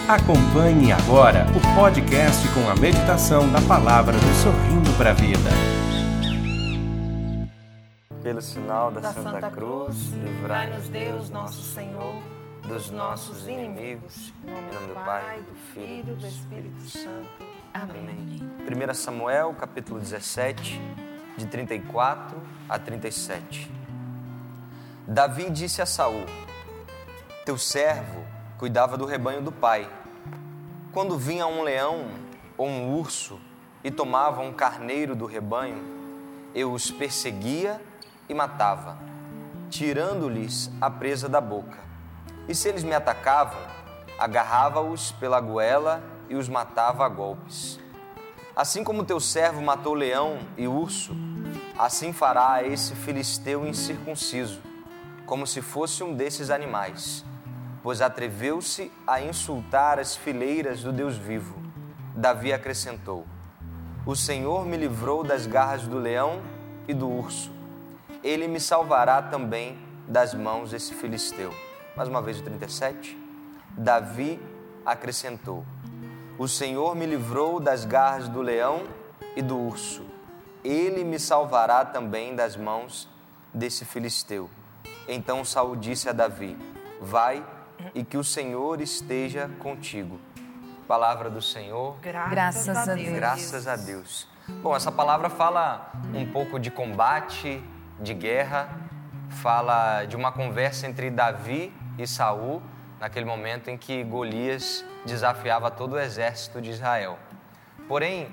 Acompanhe agora o podcast com a meditação da palavra do Sorrindo para a Vida. Pelo sinal da Santa Cruz, livrai-nos Deus, nosso Senhor, dos nossos inimigos. Em nome do Pai, do Filho e do Espírito Santo. Amém. 1 Samuel, capítulo 17, de 34 a 37. Davi disse a Saul: teu servo cuidava do rebanho do pai. Quando vinha um leão ou um urso e tomava um carneiro do rebanho, eu os perseguia e matava, tirando-lhes a presa da boca. E se eles me atacavam, agarrava-os pela goela e os matava a golpes. Assim como teu servo matou leão e urso, assim fará a esse filisteu incircunciso, como se fosse um desses animais, pois atreveu-se a insultar as fileiras do Deus vivo. Davi acrescentou: o Senhor me livrou das garras do leão e do urso. Ele me salvará também das mãos desse filisteu. Mais uma vez o 37. Davi acrescentou: o Senhor me livrou das garras do leão e do urso. Ele me salvará também das mãos desse filisteu. Então Saul disse a Davi: vai, e que o Senhor esteja contigo. Palavra do Senhor. Graças a Deus. Graças a Deus. Bom, essa palavra fala um pouco de combate, de guerra, fala de uma conversa entre Davi e Saul, naquele momento em que Golias desafiava todo o exército de Israel. Porém,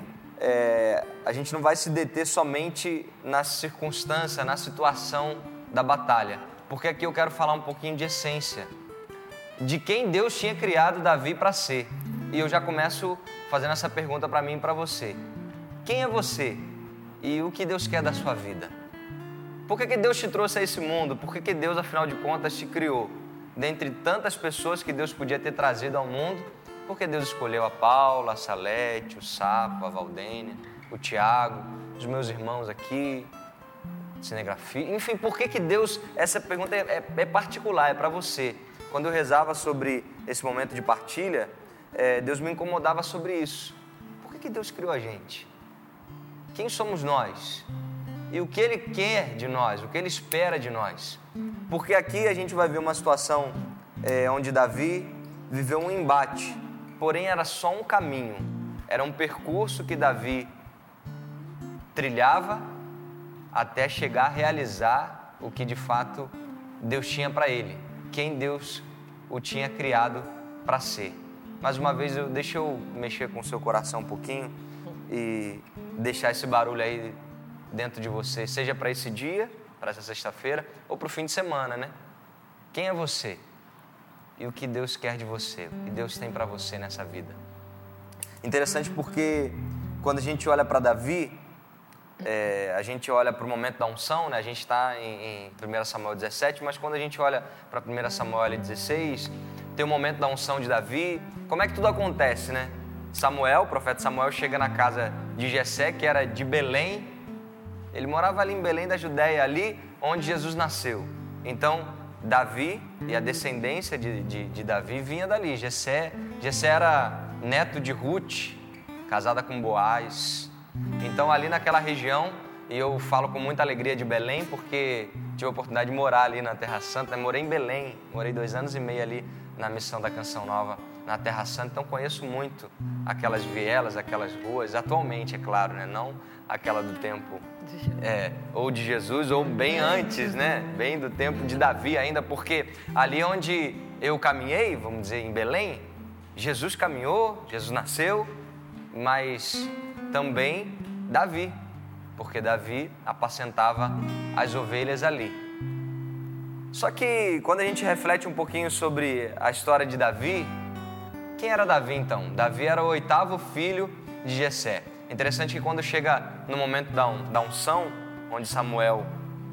a gente não vai se deter somente na circunstância, na situação da batalha, porque aqui eu quero falar um pouquinho de essência, de quem Deus tinha criado Davi para ser. E eu já começo fazendo essa pergunta para mim e para você: quem é você e o que Deus quer da sua vida? Por que Deus te trouxe a esse mundo? Por que Deus, afinal de contas, te criou? Dentre tantas pessoas que Deus podia ter trazido ao mundo, por que Deus escolheu a Paula, a Salete, o Sapo, a Valdênia, o Tiago, os meus irmãos aqui, cinegrafia? Enfim, por que Deus... Essa pergunta é particular, é para você. Quando eu rezava sobre esse momento de partilha, Deus me incomodava sobre isso. Por que Deus criou a gente? Quem somos nós? E o que Ele quer de nós? O que Ele espera de nós? Porque aqui a gente vai ver uma situação onde Davi viveu um embate. Porém, era só um caminho. Era um percurso que Davi trilhava até chegar a realizar o que de fato Deus tinha para ele. Quem Deus o tinha criado para ser. Mais uma vez, deixa eu mexer com o seu coração um pouquinho e deixar esse barulho aí dentro de você, seja para esse dia, para essa sexta-feira, ou para o fim de semana, né? Quem é você? E o que Deus quer de você? O que Deus tem para você nessa vida? Interessante porque quando a gente olha para Davi, a gente olha para o momento da unção, né? A gente está em 1 Samuel 17, mas quando a gente olha para 1 Samuel 16, tem o momento da unção de Davi. Como é que tudo acontece, né? Samuel, o profeta Samuel, chega na casa de Jessé, que era de Belém. Ele morava ali em Belém da Judéia, ali onde Jesus nasceu. Então, Davi e a descendência de Davi vinha dali. Jessé era neto de Ruth, casada com Boaz. Então, ali naquela região, e eu falo com muita alegria de Belém, porque tive a oportunidade de morar ali na Terra Santa. Morei em Belém, morei 2 anos e meio ali na Missão da Canção Nova, na Terra Santa. Então, conheço muito aquelas vielas, aquelas ruas, atualmente, é claro, né? Não aquela do tempo ou de Jesus, ou bem antes, né? Bem do tempo de Davi ainda, porque ali onde eu caminhei, vamos dizer, em Belém, Jesus caminhou, Jesus nasceu, mas também Davi, porque Davi apacentava as ovelhas ali. Só que quando a gente reflete um pouquinho sobre a história de Davi, quem era Davi então? Davi era o 8º filho de Jessé. Interessante que quando chega no momento da unção, onde Samuel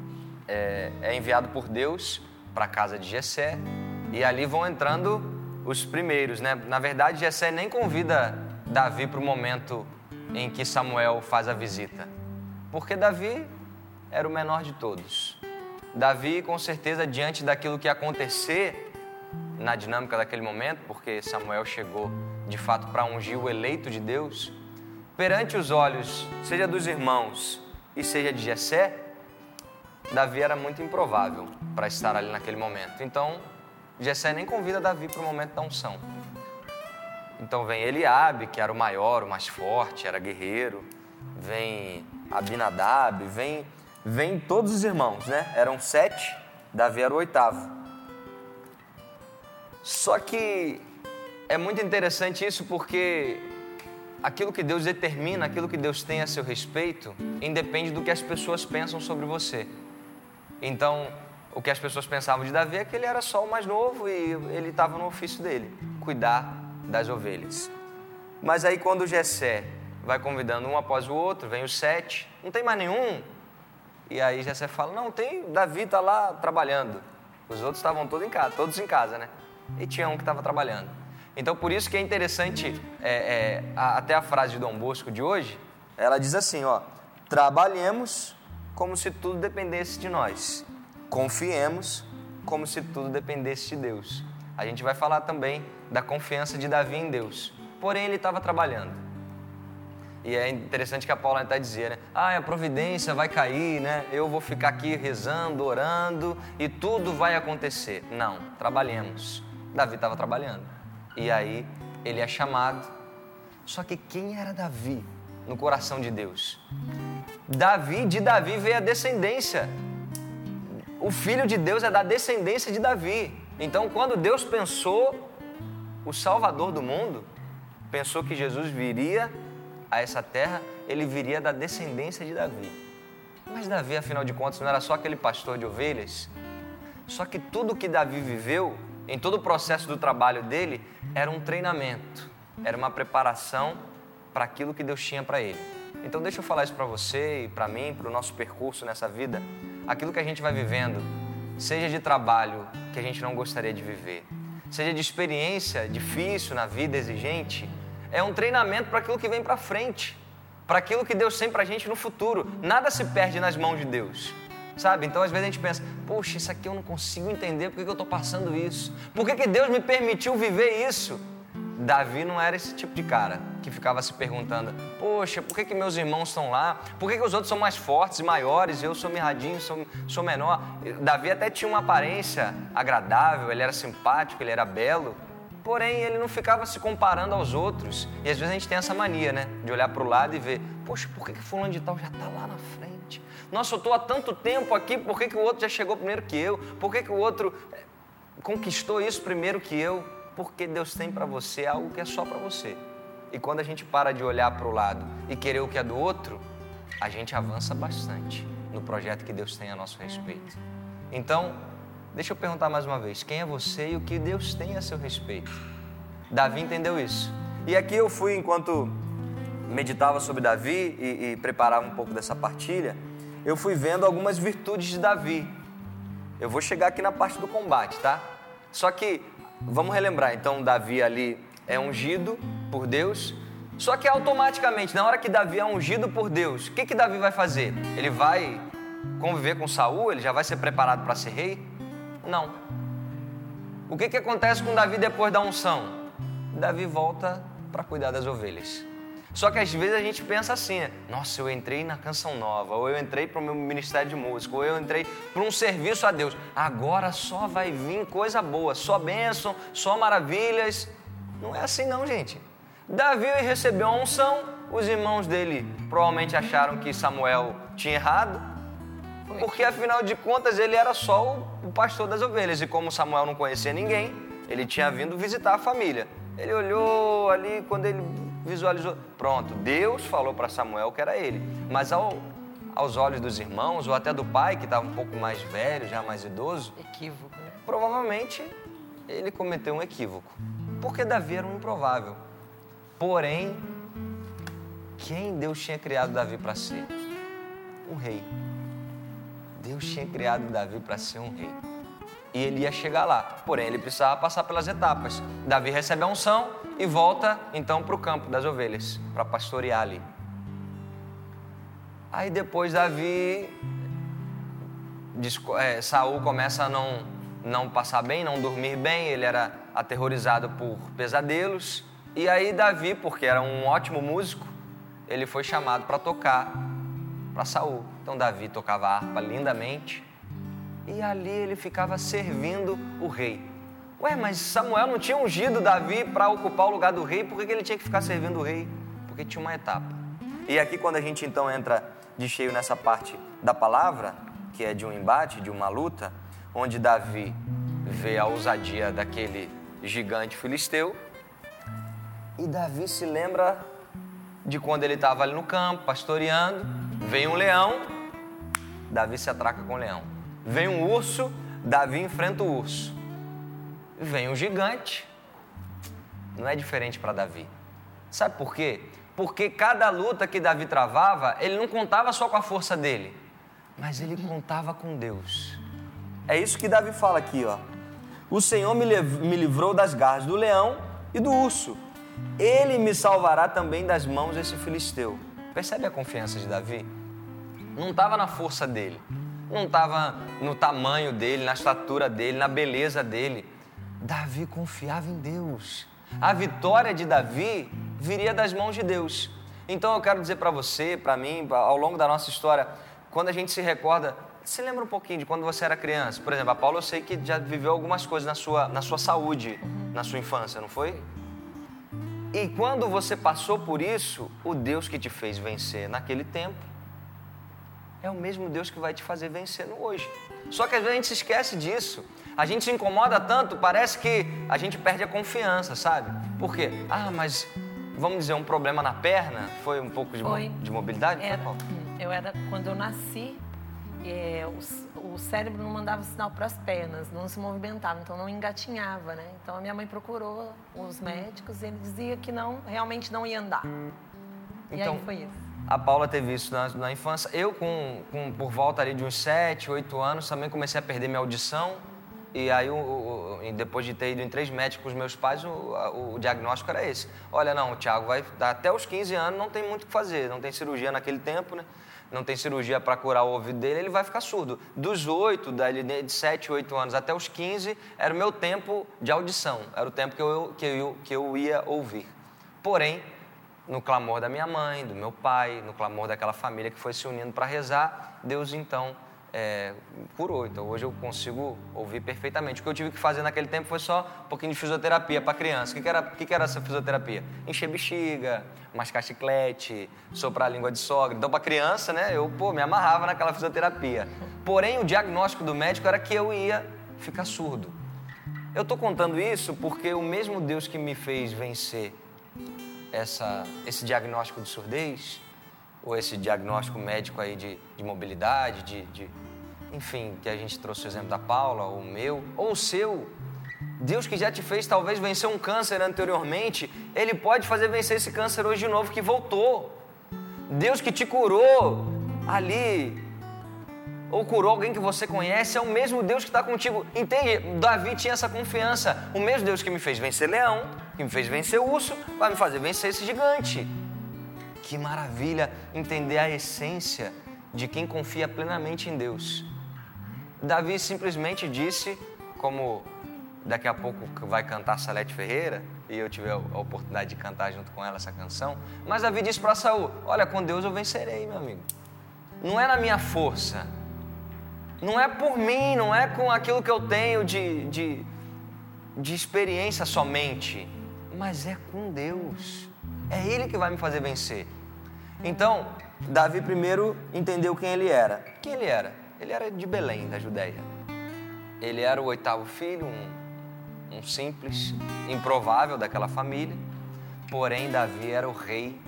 é enviado por Deus para a casa de Jessé, e ali vão entrando os primeiros, né? Na verdade, Jessé nem convida Davi para o momento em que Samuel faz a visita, porque Davi era o menor de todos. Davi, com certeza, diante daquilo que ia acontecer, na dinâmica daquele momento, porque Samuel chegou de fato para ungir o eleito de Deus, perante os olhos, seja dos irmãos e seja de Jessé, Davi era muito improvável para estar ali naquele momento. Então, Jessé nem convida Davi para o momento da unção. Então vem Eliabe, que era o maior, o mais forte, era guerreiro, vem Abinadab, vem todos os irmãos, né? Eram 7, Davi era o 8º. Só que é muito interessante isso porque aquilo que Deus determina, aquilo que Deus tem a seu respeito, independe do que as pessoas pensam sobre você. Então, o que as pessoas pensavam de Davi é que ele era só o mais novo e ele estava no ofício dele, cuidar das ovelhas. Mas aí quando Jessé vai convidando um após o outro, vem os 7, não tem mais nenhum. E aí Jessé fala, não, tem, Davi está lá trabalhando. Os outros estavam todos em casa, né? E tinha um que estava trabalhando. Então por isso que é interessante, até a frase de Dom Bosco de hoje, ela diz assim, ó, trabalhemos como se tudo dependesse de nós. Confiemos como se tudo dependesse de Deus. A gente vai falar também da confiança de Davi em Deus. Porém, ele estava trabalhando. E é interessante que a Paula está dizendo, né? A providência vai cair, né? Eu vou ficar aqui rezando, orando e tudo vai acontecer. Não, trabalhemos. Davi estava trabalhando. E aí, ele é chamado. Só que quem era Davi no coração de Deus? De Davi veio a descendência. O Filho de Deus é da descendência de Davi. Então, quando Deus pensou o Salvador do mundo, pensou que Jesus viria a essa terra, ele viria da descendência de Davi. Mas Davi, afinal de contas, não era só aquele pastor de ovelhas? Só que tudo que Davi viveu, em todo o processo do trabalho dele, era um treinamento, era uma preparação para aquilo que Deus tinha para ele. Então deixa eu falar isso para você e para mim, para o nosso percurso nessa vida. Aquilo que a gente vai vivendo, seja de trabalho que a gente não gostaria de viver, seja de experiência difícil na vida, exigente, é um treinamento para aquilo que vem para frente, para aquilo que Deus tem para a gente no futuro. Nada se perde nas mãos de Deus, sabe? Então às vezes a gente pensa, poxa, isso aqui eu não consigo entender, por que eu estou passando isso? Por que Deus me permitiu viver isso? Davi não era esse tipo de cara que ficava se perguntando, poxa, por que meus irmãos estão lá? Por que os outros são mais fortes e maiores? Eu sou mirradinho, sou menor. Davi até tinha uma aparência agradável, ele era simpático, ele era belo, porém ele não ficava se comparando aos outros. E às vezes a gente tem essa mania, né? De olhar para o lado e ver, poxa, por que fulano de tal já está lá na frente? Nossa, eu estou há tanto tempo aqui, por que o outro já chegou primeiro que eu? Por que o outro conquistou isso primeiro que eu? Porque Deus tem para você algo que é só para você. E quando a gente para de olhar para o lado e querer o que é do outro, a gente avança bastante no projeto que Deus tem a nosso respeito. Então, deixa eu perguntar mais uma vez, quem é você e o que Deus tem a seu respeito? Davi entendeu isso. E aqui eu fui, enquanto meditava sobre Davi e preparava um pouco dessa partilha, eu fui vendo algumas virtudes de Davi. Eu vou chegar aqui na parte do combate, tá? Só que vamos relembrar, então Davi ali é ungido por Deus, só que automaticamente, na hora que Davi é ungido por Deus, o que Davi vai fazer? Ele vai conviver com Saul? Ele já vai ser preparado para ser rei? Não. O que acontece com Davi depois da unção? Davi volta para cuidar das ovelhas. Só que às vezes a gente pensa assim, né? Nossa, eu entrei na Canção Nova, ou eu entrei para o meu ministério de música, ou eu entrei para um serviço a Deus. Agora só vai vir coisa boa, só bênção, só maravilhas. Não é assim não, gente. Davi recebeu a unção, os irmãos dele provavelmente acharam que Samuel tinha errado, porque afinal de contas ele era só o pastor das ovelhas. E como Samuel não conhecia ninguém, ele tinha vindo visitar a família. Ele olhou ali, quando ele visualizou, pronto, Deus falou para Samuel que era ele. Mas aos olhos dos irmãos, ou até do pai, que estava um pouco mais velho, já mais idoso, Equívoco, né? Provavelmente ele cometeu um equívoco, porque Davi era um improvável. Porém, quem Deus tinha criado Davi para ser? Um rei. Deus tinha criado Davi para ser um rei. E ele ia chegar lá, porém ele precisava passar pelas etapas. Davi recebe a unção e volta então para o campo das ovelhas, para pastorear ali. Aí depois Saul começa a não passar bem, não dormir bem, ele era aterrorizado por pesadelos. E aí Davi, porque era um ótimo músico, ele foi chamado para tocar para Saul. Então Davi tocava a harpa lindamente e ali ele ficava servindo o rei. Ué, mas Samuel não tinha ungido Davi para ocupar o lugar do rei, por que ele tinha que ficar servindo o rei? Porque tinha uma etapa. E aqui quando a gente então entra de cheio nessa parte da palavra, que é de um embate, de uma luta, onde Davi vê a ousadia daquele gigante filisteu, e Davi se lembra de quando ele estava ali no campo, pastoreando, vem um leão, Davi se atraca com o leão. Vem um urso, Davi enfrenta o urso. Vem um gigante, não é diferente para Davi. Sabe por quê? Porque cada luta que Davi travava, ele não contava só com a força dele, mas ele contava com Deus. É isso que Davi fala aqui, ó. O Senhor me livrou das garras do leão e do urso. Ele me salvará também das mãos desse filisteu. Percebe a confiança de Davi? Não estava na força dele, não estava no tamanho dele, na estatura dele, na beleza dele. Davi confiava em Deus. A vitória de Davi viria das mãos de Deus. Então eu quero dizer para você, para mim, ao longo da nossa história, quando a gente se recorda, se lembra um pouquinho de quando você era criança. Por exemplo, a Paula, eu sei que já viveu algumas coisas na sua saúde, na sua infância, não foi? E quando você passou por isso, o Deus que te fez vencer naquele tempo é o mesmo Deus que vai te fazer vencer no hoje. Só que às vezes a gente se esquece disso. A gente se incomoda tanto, parece que a gente perde a confiança, sabe? Por quê? Ah, mas vamos dizer, um problema na perna? Foi um pouco de mobilidade? Quando eu nasci, o cérebro não mandava sinal para as pernas, não se movimentava, então não engatinhava, né? Então a minha mãe procurou os médicos e ele dizia que realmente não ia andar. E então, aí foi isso. A Paula teve isso na infância. Eu, por volta ali de uns 7, 8 anos, também comecei a perder minha audição. E aí, depois de ter ido em 3 médicos com os meus pais, o diagnóstico era esse. Olha, não, o Thiago vai até os 15 anos, não tem muito o que fazer. Não tem cirurgia naquele tempo, né? Não tem cirurgia para curar o ouvido dele, ele vai ficar surdo. Dos 8, de 7, 8 anos até os 15, era o meu tempo de audição. Era o tempo que eu ia ouvir. Porém, no clamor da minha mãe, do meu pai, no clamor daquela família que foi se unindo para rezar, Deus então curou. Então hoje eu consigo ouvir perfeitamente. O que eu tive que fazer naquele tempo foi só um pouquinho de fisioterapia para criança. O que era essa fisioterapia? Encher bexiga, mascar chiclete, soprar a língua de sogra. Então para criança, né, eu me amarrava naquela fisioterapia. Porém o diagnóstico do médico era que eu ia ficar surdo. Eu estou contando isso porque o mesmo Deus que me fez vencer esse diagnóstico de surdez, ou esse diagnóstico médico aí de mobilidade, enfim, que a gente trouxe o exemplo da Paula, ou o meu, ou o seu, Deus que já te fez talvez vencer um câncer anteriormente, Ele pode fazer vencer esse câncer hoje de novo que voltou. Deus que te curou ali, ou curou alguém que você conhece, é o mesmo Deus que está contigo. Entende? Davi tinha essa confiança. O mesmo Deus que me fez vencer leão, que me fez vencer urso, vai me fazer vencer esse gigante. Que maravilha entender a essência de quem confia plenamente em Deus. Davi simplesmente disse, como daqui a pouco vai cantar Salete Ferreira, e eu tive a oportunidade de cantar junto com ela essa canção, mas Davi disse para Saul, olha, com Deus eu vencerei, meu amigo. Não é na minha força, não é por mim, não é com aquilo que eu tenho de experiência somente, mas é com Deus. É Ele que vai me fazer vencer. Então, Davi primeiro entendeu quem ele era. Quem ele era? Ele era de Belém, da Judéia. Ele era o 8º filho, um simples, improvável daquela família. Porém, Davi era o rei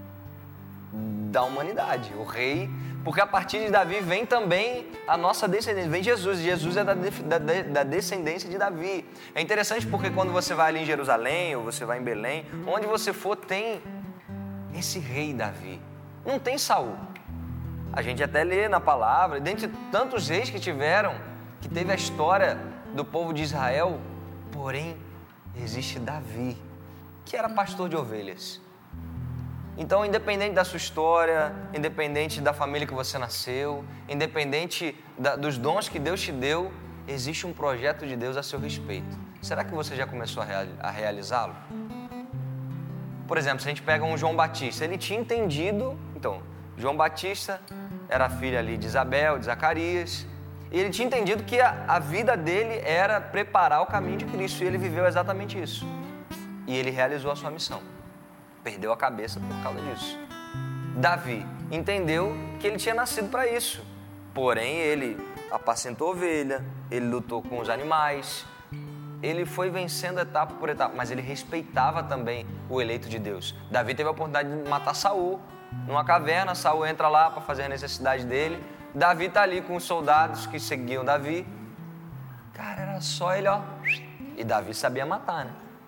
da humanidade. O rei, porque a partir de Davi vem também a nossa descendência. Vem Jesus. Jesus é da descendência de Davi. É interessante porque quando você vai ali em Jerusalém, ou você vai em Belém, onde você for, tem esse rei Davi. Não tem Saul. A gente até lê na palavra, dentre tantos reis que teve a história do povo de Israel, porém, existe Davi, que era pastor de ovelhas. Então, independente da sua história, independente da família que você nasceu, independente dos dons que Deus te deu, existe um projeto de Deus a seu respeito. Será que você já começou a realizá-lo? Por exemplo, se a gente pega um João Batista, ele tinha entendido... Então, João Batista era filho ali de Isabel, de Zacarias, e ele tinha entendido que a vida dele era preparar o caminho de Cristo, e ele viveu exatamente isso. E ele realizou a sua missão. Perdeu a cabeça por causa disso. Davi entendeu que ele tinha nascido para isso. Porém, ele apacentou ovelha, ele lutou com os animais, ele foi vencendo etapa por etapa, mas ele respeitava também o eleito de Deus. Davi teve a oportunidade de matar Saul numa caverna, Saul entra lá para fazer a necessidade dele, Davi está ali com os soldados que seguiam Davi. Cara, era só ele, ó. E Davi sabia matar, né?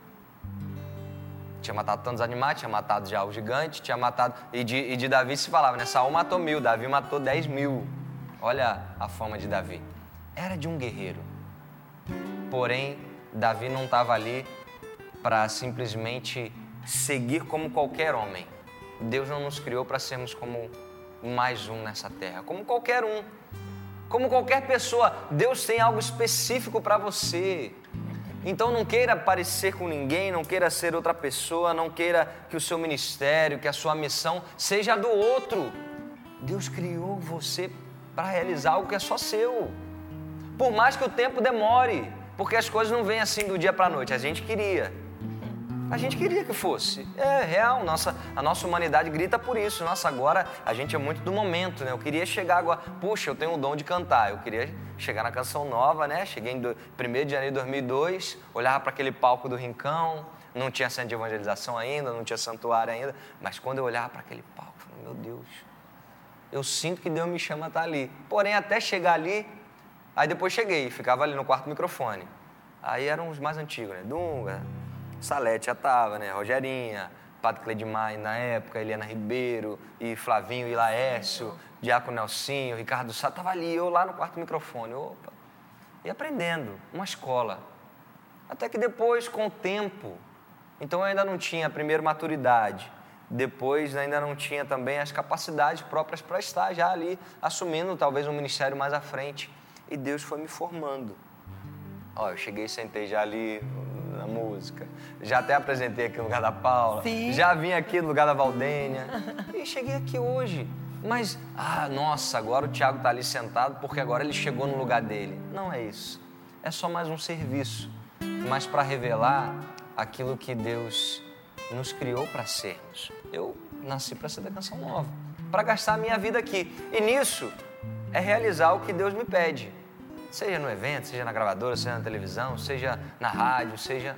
Tinha matado tantos animais, tinha matado já o gigante, tinha matado... E de Davi se falava, né? Saul matou 1000, Davi matou 10.000. Olha a fama de Davi. Era de um guerreiro. Porém, Davi não estava ali para simplesmente seguir como qualquer homem. Deus não nos criou para sermos como mais um nessa terra, como qualquer um, como qualquer pessoa. Deus tem algo específico para você. Então não queira parecer com ninguém, não queira ser outra pessoa, não queira que o seu ministério, que a sua missão seja do outro. Deus criou você para realizar algo que é só seu. Por mais que o tempo demore, porque as coisas não vêm assim do dia para a noite. A gente queria que fosse. É real, a nossa humanidade grita por isso. Nossa, agora a gente é muito do momento, né? Eu queria chegar agora, puxa, eu tenho o dom de cantar. Eu queria chegar na Canção Nova, né? Cheguei em 1º de janeiro de 2002, olhava para aquele palco do Rincão, não tinha centro de evangelização ainda, não tinha santuário ainda, mas quando eu olhava para aquele palco, eu falei, meu Deus, eu sinto que Deus me chama a estar ali. Porém, até chegar ali, aí depois cheguei, ficava ali no quarto microfone. Aí eram os mais antigos, né? Dunga, Salete já estava, né? Rogerinha, Padre Cledimar na época, Eliana Ribeiro, e Flavinho e Laércio, Diácono Nelsinho, Ricardo Sá, estava ali, eu lá no quarto microfone, opa, e aprendendo, uma escola. Até que depois, com o tempo, então eu ainda não tinha primeiro maturidade, depois ainda não tinha também as capacidades próprias para estar já ali, assumindo talvez um ministério mais à frente, e Deus foi me formando. Ó, eu cheguei e sentei já ali na música, já até apresentei aqui no lugar da Paula, Sim. Já vim aqui no lugar da Valdênia e cheguei aqui hoje. Mas, nossa, agora o Thiago está ali sentado porque agora ele chegou no lugar dele. Não é isso. É só mais um serviço, mas para revelar aquilo que Deus nos criou para sermos. Eu nasci para ser da Canção Nova, para gastar a minha vida aqui. E nisso é realizar o que Deus me pede. Seja no evento, seja na gravadora, seja na televisão, seja na rádio, seja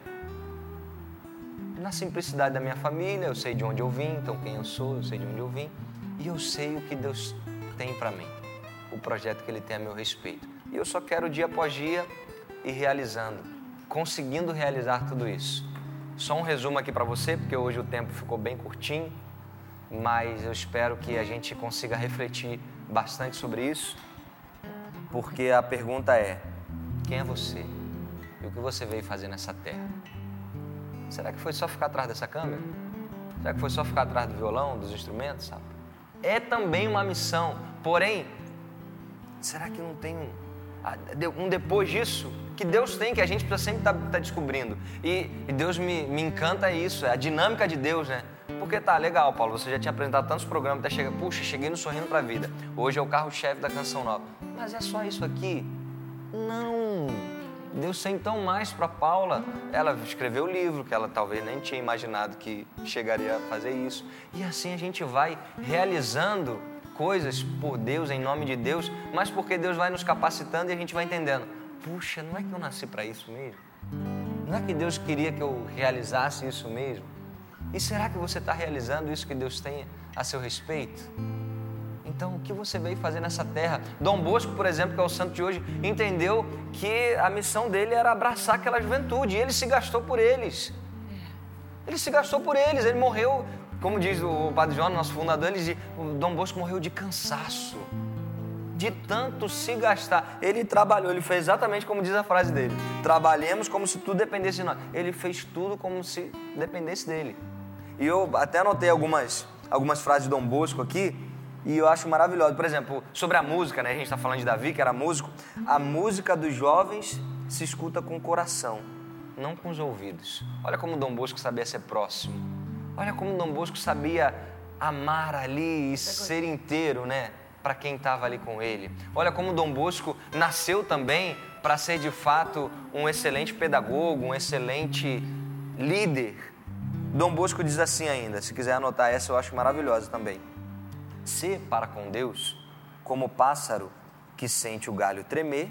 na simplicidade da minha família. Eu sei de onde eu vim, então quem eu sou, eu sei de onde eu vim. E eu sei o que Deus tem para mim, o projeto que Ele tem a meu respeito. E eu só quero dia após dia ir realizando, conseguindo realizar tudo isso. Só um resumo aqui para você, porque hoje o tempo ficou bem curtinho, mas eu espero que a gente consiga refletir bastante sobre isso. Porque a pergunta é, quem é você? E o que você veio fazer nessa terra? Será que foi só ficar atrás dessa câmera? Será que foi só ficar atrás do violão, dos instrumentos, sabe? É também uma missão, porém, será que não tem um depois disso? Que Deus tem, que a gente precisa sempre estar descobrindo. E Deus me encanta isso, é a dinâmica de Deus, né? Porque tá, legal, Paulo, você já tinha apresentado tantos programas, até chegar, puxa, cheguei no Sorrindo pra Vida. Hoje é o carro-chefe da Canção Nova. Mas é só isso aqui? Não! Deus tem tão mais para Paula. Ela escreveu o livro, que ela talvez nem tinha imaginado que chegaria a fazer isso. E assim a gente vai realizando coisas por Deus, em nome de Deus, mas porque Deus vai nos capacitando e a gente vai entendendo. Puxa, não é que eu nasci para isso mesmo? Não é que Deus queria que eu realizasse isso mesmo? E será que você está realizando isso que Deus tem a seu respeito? Então, o que você veio fazer nessa terra? Dom Bosco, por exemplo, que é o santo de hoje, entendeu que a missão dele era abraçar aquela juventude. E ele se gastou por eles. Ele se gastou por eles. Ele morreu, como diz o Padre João, nosso fundador, ele diz, o Dom Bosco morreu de cansaço, de tanto se gastar. Ele trabalhou, ele fez exatamente como diz a frase dele. Trabalhemos como se tudo dependesse de nós. Ele fez tudo como se dependesse dele. E eu até anotei algumas frases de Dom Bosco aqui, E eu acho maravilhoso. Por exemplo, sobre a música, né? A gente está falando de Davi, que era músico. A música dos jovens se escuta com o coração, não com os ouvidos. Olha como Dom Bosco sabia ser próximo. Olha como Dom Bosco sabia amar ali e ser inteiro, né? Para quem estava ali com ele. Olha como Dom Bosco nasceu também para ser de fato um excelente pedagogo, um excelente líder. Dom Bosco diz assim ainda, se quiser anotar essa eu acho maravilhosa também. Sê para com Deus como o pássaro que sente o galho tremer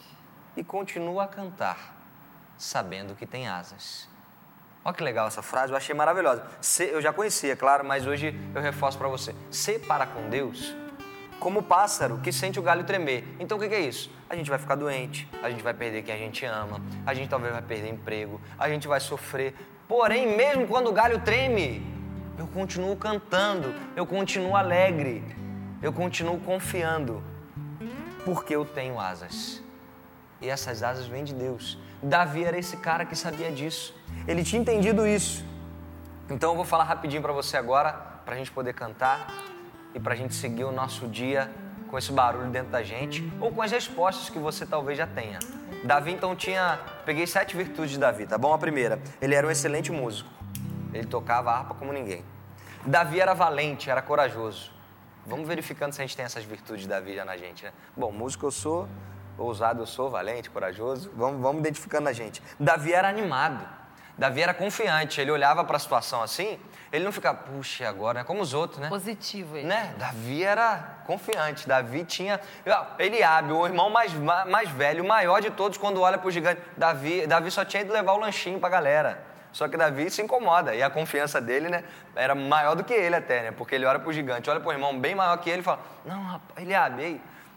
e continua a cantar, sabendo que tem asas. Olha que legal essa frase, eu achei maravilhosa. Eu já conhecia, claro, mas hoje eu reforço para você. Sê para com Deus como o pássaro que sente o galho tremer. Então o que é isso? A gente vai ficar doente, a gente vai perder quem a gente ama, a gente talvez vai perder emprego, a gente vai sofrer. Porém, mesmo quando o galho treme, eu continuo cantando, eu continuo alegre, eu continuo confiando, porque eu tenho asas. E essas asas vêm de Deus. Davi era esse cara que sabia disso. Ele tinha entendido isso. Então eu vou falar rapidinho para você agora, para a gente poder cantar e para a gente seguir o nosso dia com esse barulho dentro da gente ou com as respostas que você talvez já tenha. Davi então peguei 7 virtudes de Davi, tá bom? A primeira, ele era um excelente músico. Ele tocava a harpa como ninguém. Davi era valente, era corajoso. Vamos verificando se a gente tem essas virtudes de Davi já na gente, né? Bom, músico eu sou, ousado eu sou, valente, corajoso. Vamos identificando a gente. Davi era animado. Davi era confiante. Ele olhava para a situação assim, ele não ficava, puxa, agora, né? Como os outros, né? Positivo ele. Né? Davi era confiante. Davi tinha... Eliabe, o irmão mais velho, o maior de todos, quando olha para o gigante. Davi só tinha ido levar o lanchinho para a galera. Só que Davi se incomoda. E a confiança dele, né? Era maior do que ele até, né? Porque ele olha para o gigante, olha para o irmão bem maior que ele e fala, não, rapaz, Eliabe, ei.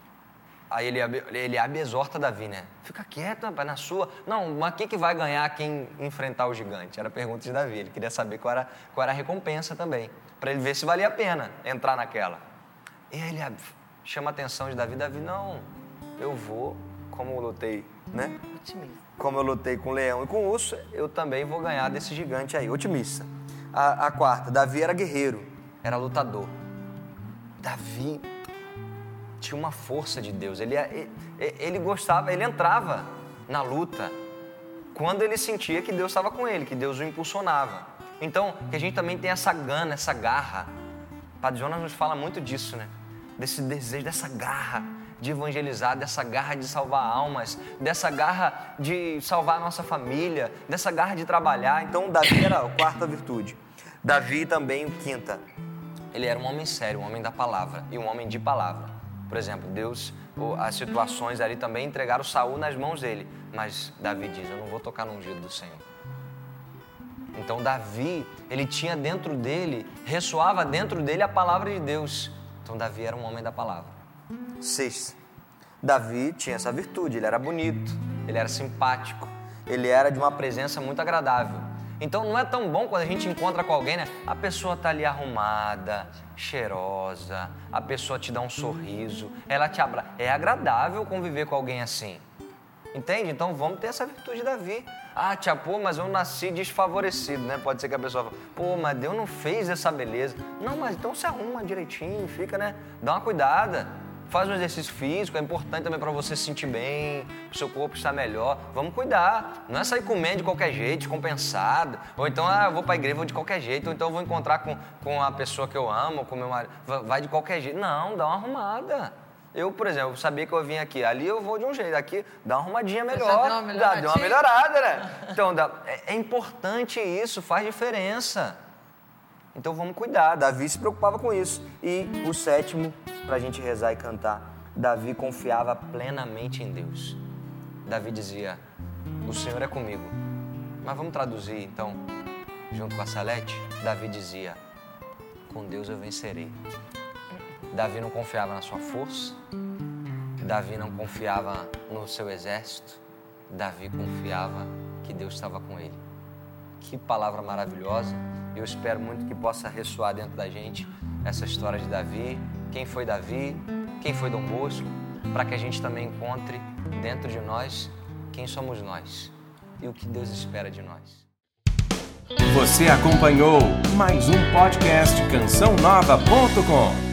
Aí Eliabe exorta Davi, né? Fica quieto, rapaz, na sua. Não, mas quem que vai ganhar quem enfrentar o gigante? Era a pergunta de Davi. Ele queria saber qual era a recompensa também. Para ele ver se valia a pena entrar naquela. E aí Eliabe chama a atenção de Davi. Davi, não, eu vou, como eu lutei, né? Otimista. Como eu lutei com o leão e com o urso, eu também vou ganhar desse gigante aí. Otimista. A quarta, Davi era guerreiro, era lutador. Davi tinha uma força de Deus, ele gostava, ele entrava na luta quando ele sentia que Deus estava com ele, que Deus o impulsionava. Então, que a gente também tem essa gana, essa garra. Padre Jonas nos fala muito disso, né? Desse desejo, dessa garra de evangelizar, dessa garra de salvar almas, dessa garra de salvar a nossa família, dessa garra de trabalhar. Então, Davi era a quarta virtude. Davi também, quinta, ele era um homem sério, um homem da palavra e um homem de palavra. Por exemplo, Deus, as situações ali também entregaram Saul nas mãos dele. Mas Davi diz, eu não vou tocar no ungido do Senhor. Então Davi, ele tinha dentro dele, ressoava dentro dele a palavra de Deus. Então Davi era um homem da palavra. Sexta, Davi tinha essa virtude, ele era bonito, ele era simpático, ele era de uma presença muito agradável. Então não é tão bom quando a gente encontra com alguém, né? A pessoa tá ali arrumada, cheirosa, a pessoa te dá um sorriso, ela te abraça. É agradável conviver com alguém assim. Entende? Então vamos ter essa virtude de Davi. Ah, tia, pô, mas eu nasci desfavorecido, né? Pode ser que a pessoa fale, pô, mas Deus não fez essa beleza. Não, mas então se arruma direitinho, fica, né? Dá uma cuidada. Faz um exercício físico, é importante também para você se sentir bem, para o seu corpo estar melhor. Vamos cuidar, não é sair comendo de qualquer jeito, descompensado. Ou então, eu vou para a igreja, vou de qualquer jeito. Ou então eu vou encontrar com a pessoa que eu amo, com meu marido, vai de qualquer jeito. Não, dá uma arrumada. Eu, por exemplo, sabia que eu vim aqui, ali eu vou de um jeito, aqui dá uma arrumadinha melhor. Dá uma melhorada, né? Então, é importante isso, faz diferença. Então vamos cuidar, Davi se preocupava com isso. E o sétimo, para a gente rezar e cantar, Davi confiava plenamente em Deus. Davi dizia, o Senhor é comigo. Mas vamos traduzir então, junto com a Salete? Davi dizia, com Deus eu vencerei. Davi não confiava na sua força, Davi não confiava no seu exército, Davi confiava que Deus estava com ele. Que palavra maravilhosa. Eu espero muito que possa ressoar dentro da gente essa história de Davi, quem foi Davi, quem foi Dom Bosco, para que a gente também encontre dentro de nós quem somos nós e o que Deus espera de nós. Você acompanhou mais um podcast cançãonova.com.